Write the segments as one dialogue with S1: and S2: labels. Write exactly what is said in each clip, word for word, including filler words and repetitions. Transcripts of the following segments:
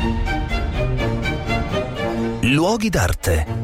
S1: Luoghi d'arte.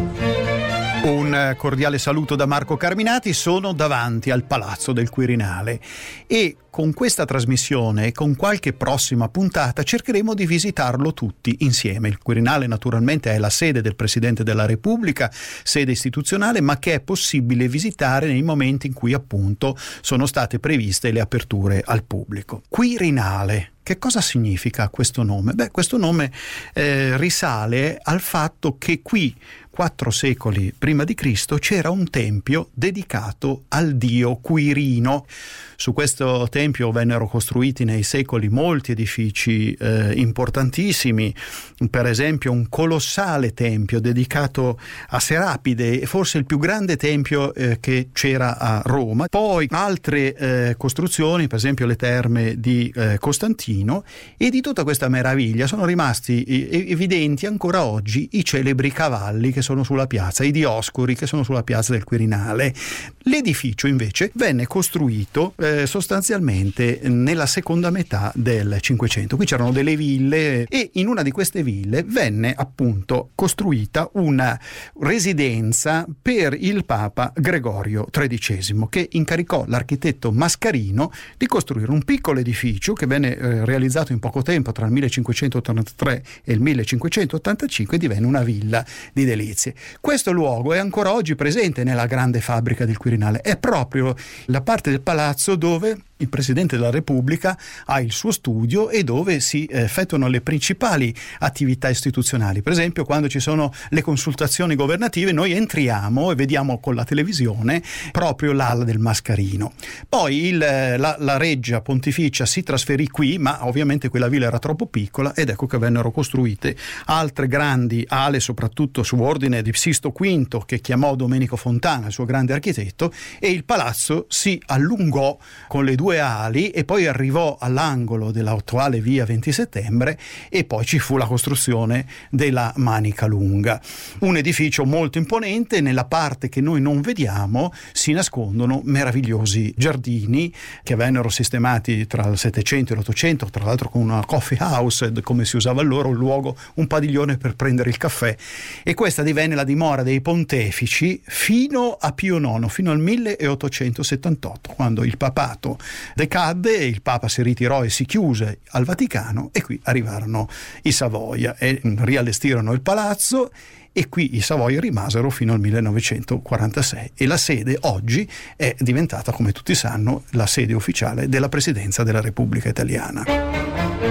S2: Un cordiale saluto da Marco Carminati. Sono davanti al Palazzo del Quirinale e con questa trasmissione e con qualche prossima puntata cercheremo di visitarlo tutti insieme. Il Quirinale naturalmente è la sede del Presidente della Repubblica, sede istituzionale, ma che è possibile visitare nei momenti in cui appunto sono state previste le aperture al pubblico. Quirinale. Che cosa significa questo nome? Beh, questo nome eh, risale al fatto che qui, quattro secoli prima di Cristo, c'era un tempio dedicato al dio Quirino. Su questo tempio vennero costruiti nei secoli molti edifici eh, importantissimi, per esempio un colossale tempio dedicato a Serapide, forse il più grande tempio eh, che c'era a Roma. Poi altre eh, costruzioni, per esempio le terme di eh, Costantino. E di tutta questa meraviglia sono rimasti evidenti ancora oggi i celebri cavalli che sono sulla piazza, i Dioscuri che sono sulla piazza del Quirinale. L'edificio invece venne costruito eh, sostanzialmente nella seconda metà del Cinquecento. Qui c'erano delle ville e in una di queste ville venne appunto costruita una residenza per il Papa Gregorio tredicesimo, che incaricò l'architetto Mascarino di costruire un piccolo edificio che venne eh, realizzato in poco tempo, tra il millecinquecentottantatré e il millecinquecentottantacinque, divenne una villa di delizie. Questo luogo è ancora oggi presente nella grande fabbrica del Quirinale. È proprio la parte del palazzo dove il Presidente della Repubblica ha il suo studio e dove si effettuano le principali attività istituzionali. Per esempio, quando ci sono le consultazioni governative, noi entriamo e vediamo con la televisione proprio l'ala del Mascarino. Poi il, la, la reggia pontificia si trasferì qui, ma ovviamente quella villa era troppo piccola ed ecco che vennero costruite altre grandi ale, soprattutto su ordine di Sisto quinto, che chiamò Domenico Fontana, il suo grande architetto, e il palazzo si allungò con le due ali e poi arrivò all'angolo dell'attuale via venti settembre e poi ci fu la costruzione della Manica Lunga. Un edificio molto imponente. Nella parte che noi non vediamo si nascondono meravigliosi giardini che vennero sistemati tra il Settecento e l'Ottocento, tra l'altro con una coffee house, come si usava allora, un luogo, un padiglione per prendere il caffè, e questa divenne la dimora dei pontefici fino a Pio nono, fino al milleottocentosettantotto, quando il papato decadde e il Papa si ritirò e si chiuse al Vaticano, e qui arrivarono i Savoia e riallestirono il palazzo, e qui i Savoia rimasero fino al millenovecentoquarantasei e la sede oggi è diventata, come tutti sanno, la sede ufficiale della Presidenza della Repubblica Italiana.